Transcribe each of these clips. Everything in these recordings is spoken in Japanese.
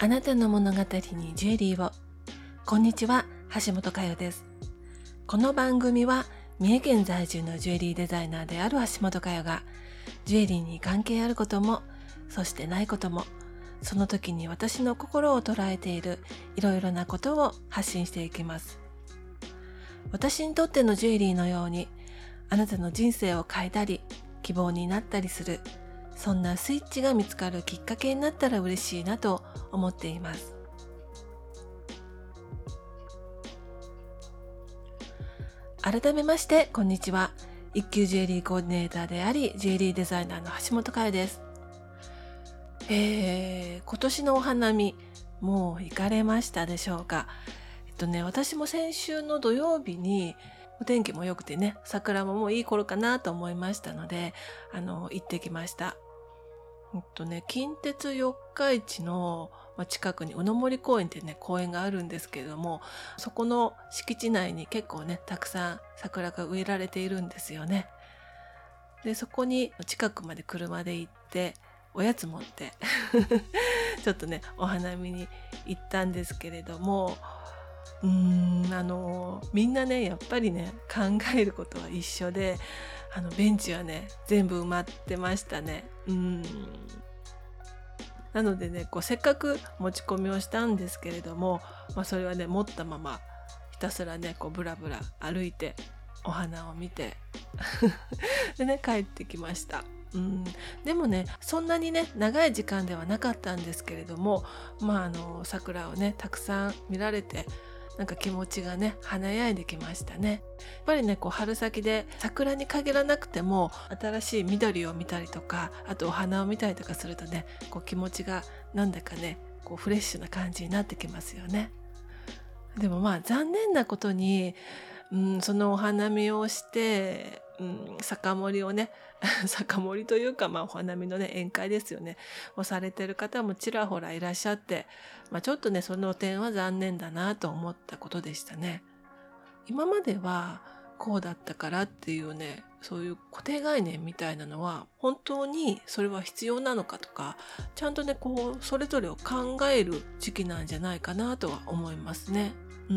あなたの物語にジュエリーを。こんにちは、橋本佳代です。この番組は三重県在住のジュエリーデザイナーである橋本佳代がジュエリーに関係あることも、そしてないことも、その時に私の心を捉えているいろいろなことを発信していきます。私にとってのジュエリーのように、あなたの人生を変えたり、希望になったりする、そんなスイッチが見つかるきっかけになったら嬉しいなと思っています。改めましてこんにちは。一級ジュエリーコーディネーターでありジュエリーデザイナーの橋本佳代です。今年のお花見もう行かれましたでしょうか。私も先週の土曜日にお天気も良くてね、桜ももういい頃かなと思いましたので行ってきました。近鉄四日市の近くに宇野森公園ってね、公園があるんですけれども、そこの敷地内に結構ね、たくさん桜が植えられているんですよね。で、そこに近くまで車で行って、おやつ持ってちょっとね、お花見に行ったんですけれども、みんなね、やっぱりね、考えることは一緒で、ベンチはね、全部埋まってましたね。なのでね、せっかく持ち込みをしたんですけれども、それはね、持ったままひたすらね、ブラブラ歩いてお花を見てでね、帰ってきました。でもね、そんなにね、長い時間ではなかったんですけれども、桜をね、たくさん見られて、なんか気持ちがね、華やいできましたね。やっぱりね、春先で桜に限らなくても新しい緑を見たりとか、あとお花を見たりとかするとね、気持ちがなんだかね、フレッシュな感じになってきますよね。でも残念なことに、そのお花見をして、酒盛りをね酒盛りというか、お花見のね、宴会ですよねをされてる方もちらほらいらっしゃって、ちょっとね、その点は残念だなと思ったことでしたね。今まではこうだったからっていうね、そういう固定概念みたいなのは本当にそれは必要なのかとか、ちゃんとね、それぞれを考える時期なんじゃないかなとは思いますね。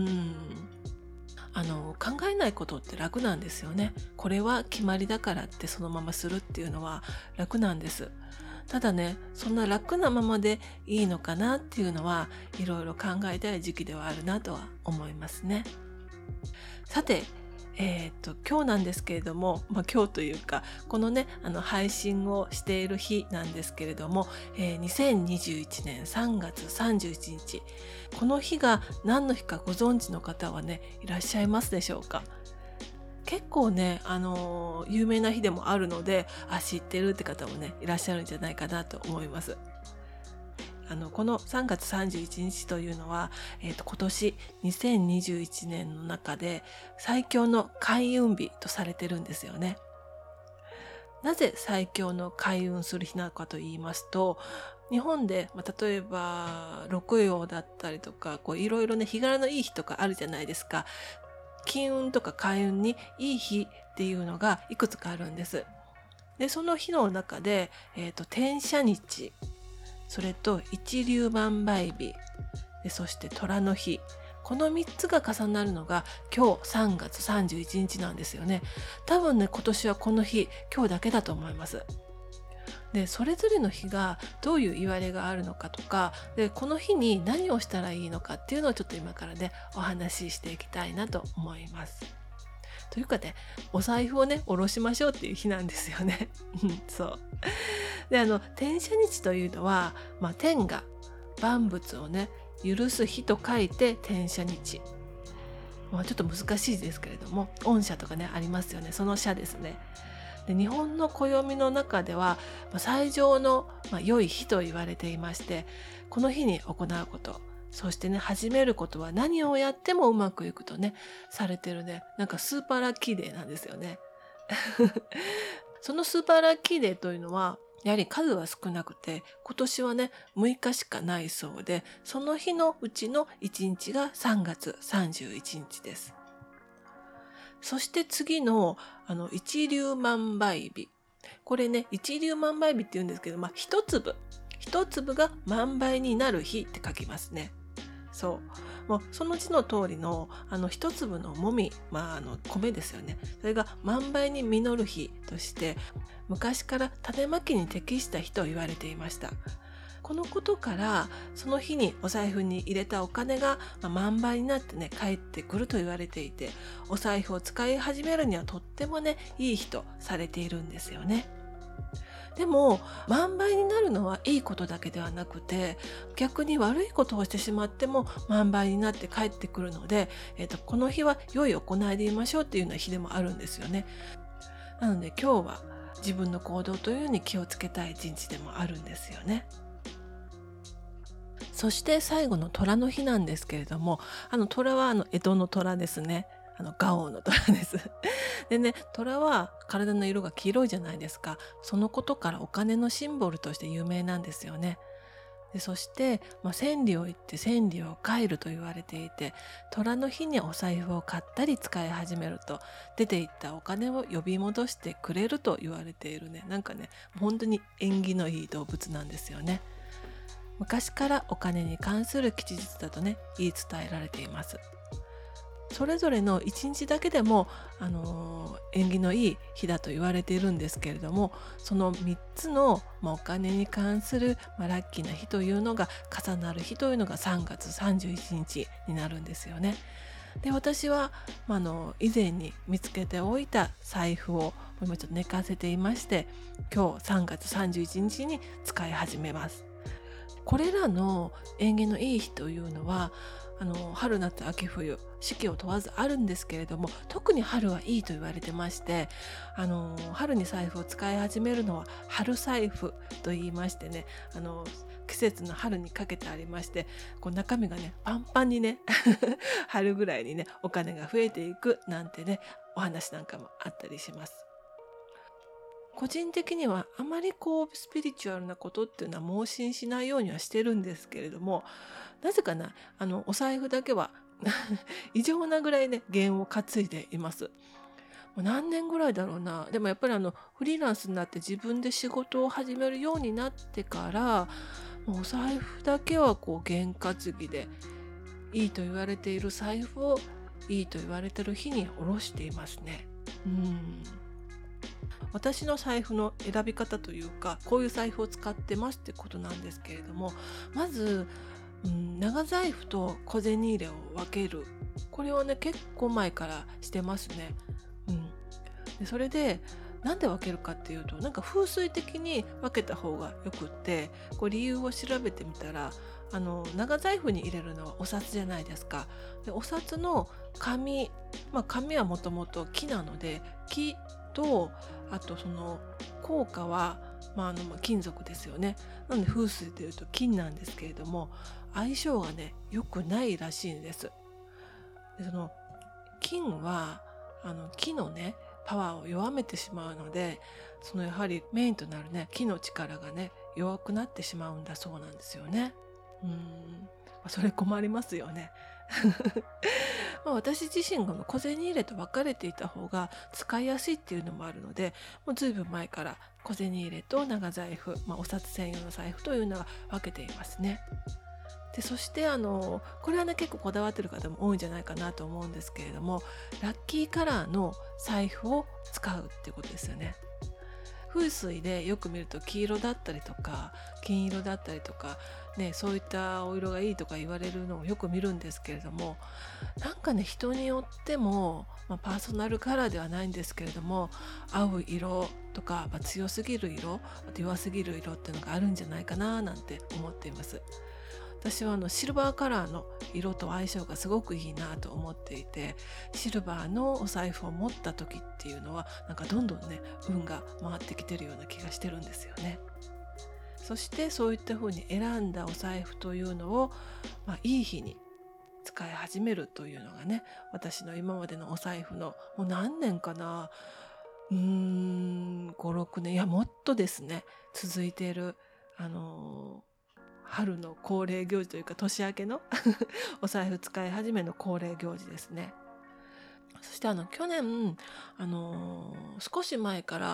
考えないことって楽なんですよね。これは決まりだからってそのままするっていうのは楽なんです。ただね、そんな楽なままでいいのかなっていうのはいろいろ考えたい時期ではあるなとは思いますね。さて、今日なんですけれども、今日というか、このね、配信をしている日なんですけれども、2021年3月31日、この日が何の日かご存知の方はね、いらっしゃいますでしょうか。結構ね、有名な日でもあるので、知ってるって方もね、いらっしゃるんじゃないかなと思います。この3月31日というのは、今年2021年の中で最強の開運日とされてるんですよね。なぜ最強の開運する日なのかと言いますと、日本で、例えば六曜だったりとか、いろいろね、日柄のいい日とかあるじゃないですか。金運とか開運にいい日っていうのがいくつかあるんです。で、その日の中で、天赦日、それと一粒万倍日、そして虎の日、この3つが重なるのが今日3月31日なんですよね。多分ね、今年はこの日、今日だけだと思います。で、それぞれの日がどういう言われがあるのかとか、で、この日に何をしたらいいのかっていうのをちょっと今からね、お話ししていきたいなと思います。というかね、お財布をね、下ろしましょうっていう日なんですよね。そう。で、天赦日というのは、天が万物をね、許す日と書いて天赦日。ちょっと難しいですけれども、恩赦とかね、ありますよね。その赦ですね。で、日本の暦の中では、最上の、良い日と言われていまして、この日に行うこと、そしてね、始めることは何をやってもうまくいくとね、されてるね、なんかスーパーラッキーデーなんですよね。そのスーパーラッキーデーというのは、やはり数は少なくて、今年はね、6日しかないそうで、その日のうちの1日が3月31日です。そして次の、一粒万倍日。これね、一粒万倍日って言うんですけど、一一粒が万倍になる日って書きますね。もうその字の通りの一粒のもみ、米ですよね。それが万倍に実る日として昔から種まきに適した日と言われていました。このことからその日にお財布に入れたお金が万倍になってね返ってくると言われていて、お財布を使い始めるにはとってもねいい日とされているんですよね。でも万倍になるのはいいことだけではなくて、逆に悪いことをしてしまっても万倍になって帰ってくるので、この日は良い行いでいましょうっていうような日でもあるんですよね。なので今日は自分の行動というに気をつけたい一日でもあるんですよね。そして最後の虎の日なんですけれども、虎は江戸の虎ですね。ガオの虎です。でね、虎は体の色が黄色いじゃないですか。そのことからお金のシンボルとして有名なんですよね。でそして、千里を行って千里を帰ると言われていて、虎の日にお財布を買ったり使い始めると出ていったお金を呼び戻してくれると言われているね、なんかね本当に縁起のいい動物なんですよね。昔からお金に関する吉日だとね言い伝えられています。それぞれの一日だけでも、縁起のいい日だと言われているんですけれども、その3つの、お金に関する、ラッキーな日というのが重なる日というのが3月31日になるんですよね。で私は、以前に見つけておいた財布を今ちょっと寝かせていまして、今日3月31日に使い始めます。これらの縁起のいい日というのは春夏秋冬四季を問わずあるんですけれども、特に春はいいと言われてまして、春に財布を使い始めるのは春財布と言いましてね、季節の春にかけてありまして、こう中身がねパンパンにね春ぐらいにねお金が増えていくなんてねお話なんかもあったりします。個人的にはあまりスピリチュアルなことっていうのは盲信しないようにはしてるんですけれども、なぜかなお財布だけは異常なぐらいね弦を担いでいます。もう何年ぐらいだろうな。でもやっぱりフリーランスになって自分で仕事を始めるようになってから、もうお財布だけは弦担ぎでいいと言われている財布をいいと言われている日に下ろしていますね。私の財布の選び方というか、こういう財布を使ってますってことなんですけれども、まず、長財布と小銭入れを分ける。これをね結構前からしてますね。でそれでなんで分けるかっていうと、なんか風水的に分けた方がよくって、理由を調べてみたら、長財布に入れるのはお札じゃないですか。でお札の紙、紙はもともと木なので、木とあとその硬貨は、金属ですよね。なので風水でいうと金なんですけれども、相性がね良くないらしいんです。でその金は木のねパワーを弱めてしまうので、そのやはりメインとなるね木の力がね弱くなってしまうんだそうなんですよね。それ困りますよね。私自身が小銭入れと分かれていた方が使いやすいっていうのもあるので、もうずいぶん前から小銭入れと長財布、お札専用の財布というのは分けていますね。でそしてこれはね結構こだわってる方も多いんじゃないかなと思うんですけれども、ラッキーカラーの財布を使うっていうことですよね。風水でよく見ると黄色だったりとか金色だったりとかね、そういったお色がいいとか言われるのをよく見るんですけれども、なんかね人によっても、パーソナルカラーではないんですけれども、合う色とか、強すぎる色、あと弱すぎる色っていうのがあるんじゃないかななんて思っています。私はシルバーカラーの色と相性がすごくいいなと思っていて、シルバーのお財布を持った時っていうのはなんかどんどんね運が回ってきてるような気がしてるんですよね。そしてそういった風に選んだお財布というのを、いい日に使い始めるというのがね、私の今までのお財布のもう何年かな、5、6年、いやもっとですね続いている春の恒例行事というか年明けのお財布使い始めの恒例行事ですね。そして去年少し前からお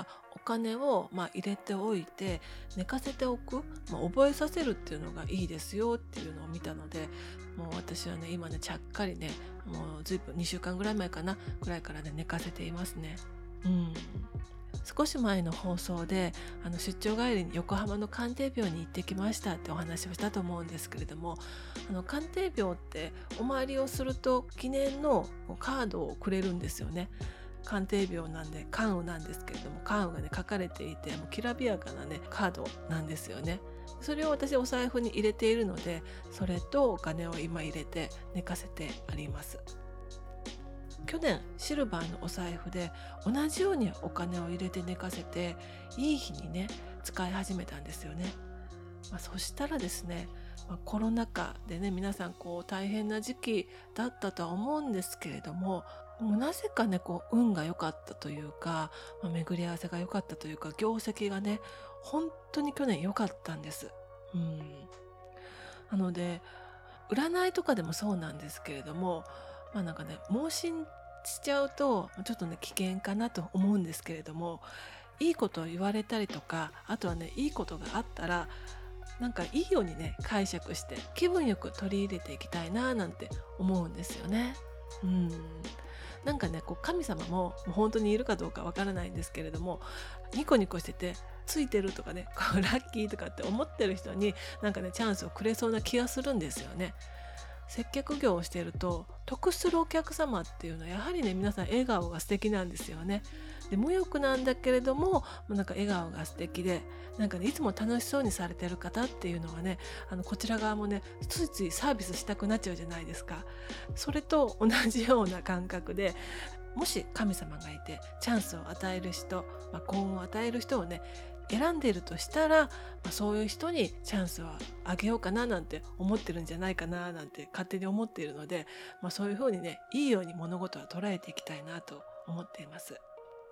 金を入れておいて寝かせておく、覚えさせるっていうのがいいですよっていうのを見たので、もう私はね今ねちゃっかりね、もうずいぶん2週間ぐらい前かなぐらいからね寝かせていますね。少し前の放送で出張帰りに横浜の鑑定病に行ってきましたってお話をしたと思うんですけれども、鑑定病ってお参りをすると記念のカードをくれるんですよね。鑑定病なんで関羽なんですけれども、関羽がね書かれていてもうきらびやかなねカードなんですよね。それを私お財布に入れているので、それとお金を今入れて寝かせてあります。去年シルバーのお財布で同じようにお金を入れて寝かせていい日にね使い始めたんですよね。そしたらですね、コロナ禍でね皆さん大変な時期だったとは思うんですけれども、もうなぜかね運が良かったというか、巡り合わせが良かったというか、業績がね本当に去年良かったんです。なので占いとかでもそうなんですけれども、なんかね盲信しちゃうとちょっとね危険かなと思うんですけれども、いいことを言われたりとか、あとはねいいことがあったらなんかいいようにね解釈して気分よく取り入れていきたいななんて思うんですよね。なんかね神様も本当にいるかどうかわからないんですけれども、ニコニコしててついてるとかねラッキーとかって思ってる人になんかねチャンスをくれそうな気がするんですよね。接客業をしていると得するお客様っていうのはやはりね皆さん笑顔が素敵なんですよね。で無欲なんだけれどもなんか笑顔が素敵で、なんかねいつも楽しそうにされてる方っていうのはねこちら側もねついついサービスしたくなっちゃうじゃないですか。それと同じような感覚で、もし神様がいてチャンスを与える人、幸運を与える人をね選んでいるとしたら、そういう人にチャンスをあげようかななんて思ってるんじゃないかななんて勝手に思っているので、そういうふうにねいいように物事は捉えていきたいなと思っています。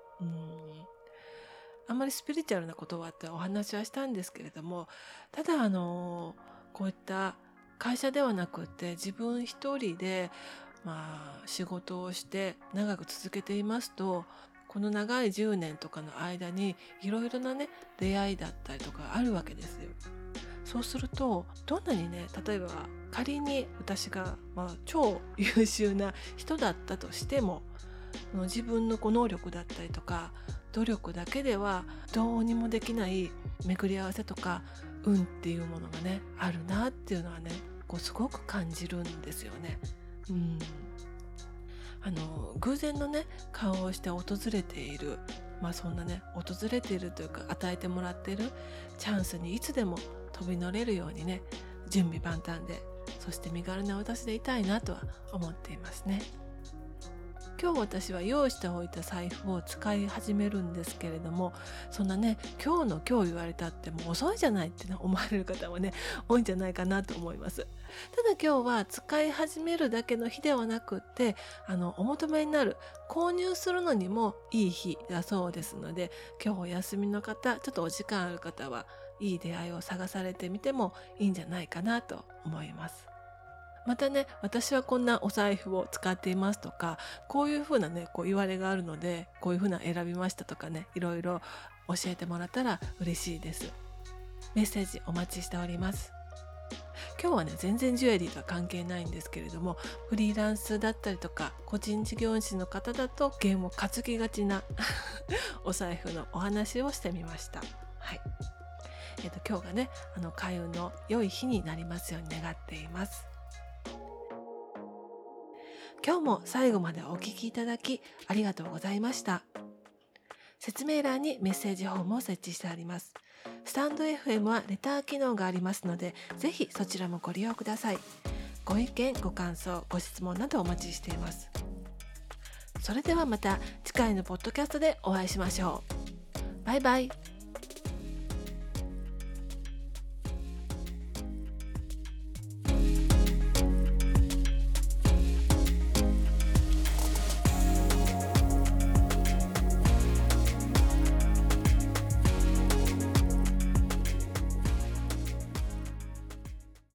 あんまりスピリチュアルなことはってお話はしたんですけれども、ただこういった会社ではなくって自分一人で仕事をして長く続けていますと、この長い10年とかの間にいろいろなね出会いだったりとかあるわけですよ。そうするとどんなにね例えば仮に私が超優秀な人だったとしても、自分の能力だったりとか努力だけではどうにもできない巡り合わせとか運っていうものがねあるなっていうのはねすごく感じるんですよね。偶然のね顔をして訪れている、そんなね訪れているというか与えてもらっているチャンスにいつでも飛び乗れるようにね準備万端で、そして身軽な私でいたいなとは思っていますね。今日私は用意しておいた財布を使い始めるんですけれども、そんなね今日言われたってもう遅いじゃないって思われる方もね多いんじゃないかなと思います。ただ今日は使い始めるだけの日ではなくって、お求めになる購入するのにもいい日だそうですので、今日お休みの方、ちょっとお時間ある方はいい出会いを探されてみてもいいんじゃないかなと思います。またね、私はこんなお財布を使っていますとか、こういう風なね言われがあるのでこういう風な選びましたとかね、いろいろ教えてもらったら嬉しいです。メッセージお待ちしております。今日はね全然ジュエリーとは関係ないんですけれども、フリーランスだったりとか個人事業主の方だと弦を担ぎがちなお財布のお話をしてみました。今日がね開運の良い日になりますように願っています。今日も最後までお聞きいただきありがとうございました。説明欄にメッセージフォームを設置してあります。スタンド FM はレター機能がありますので、ぜひそちらもご利用ください。ご意見、ご感想、ご質問などお待ちしています。それではまた次回のポッドキャストでお会いしましょう。バイバイ。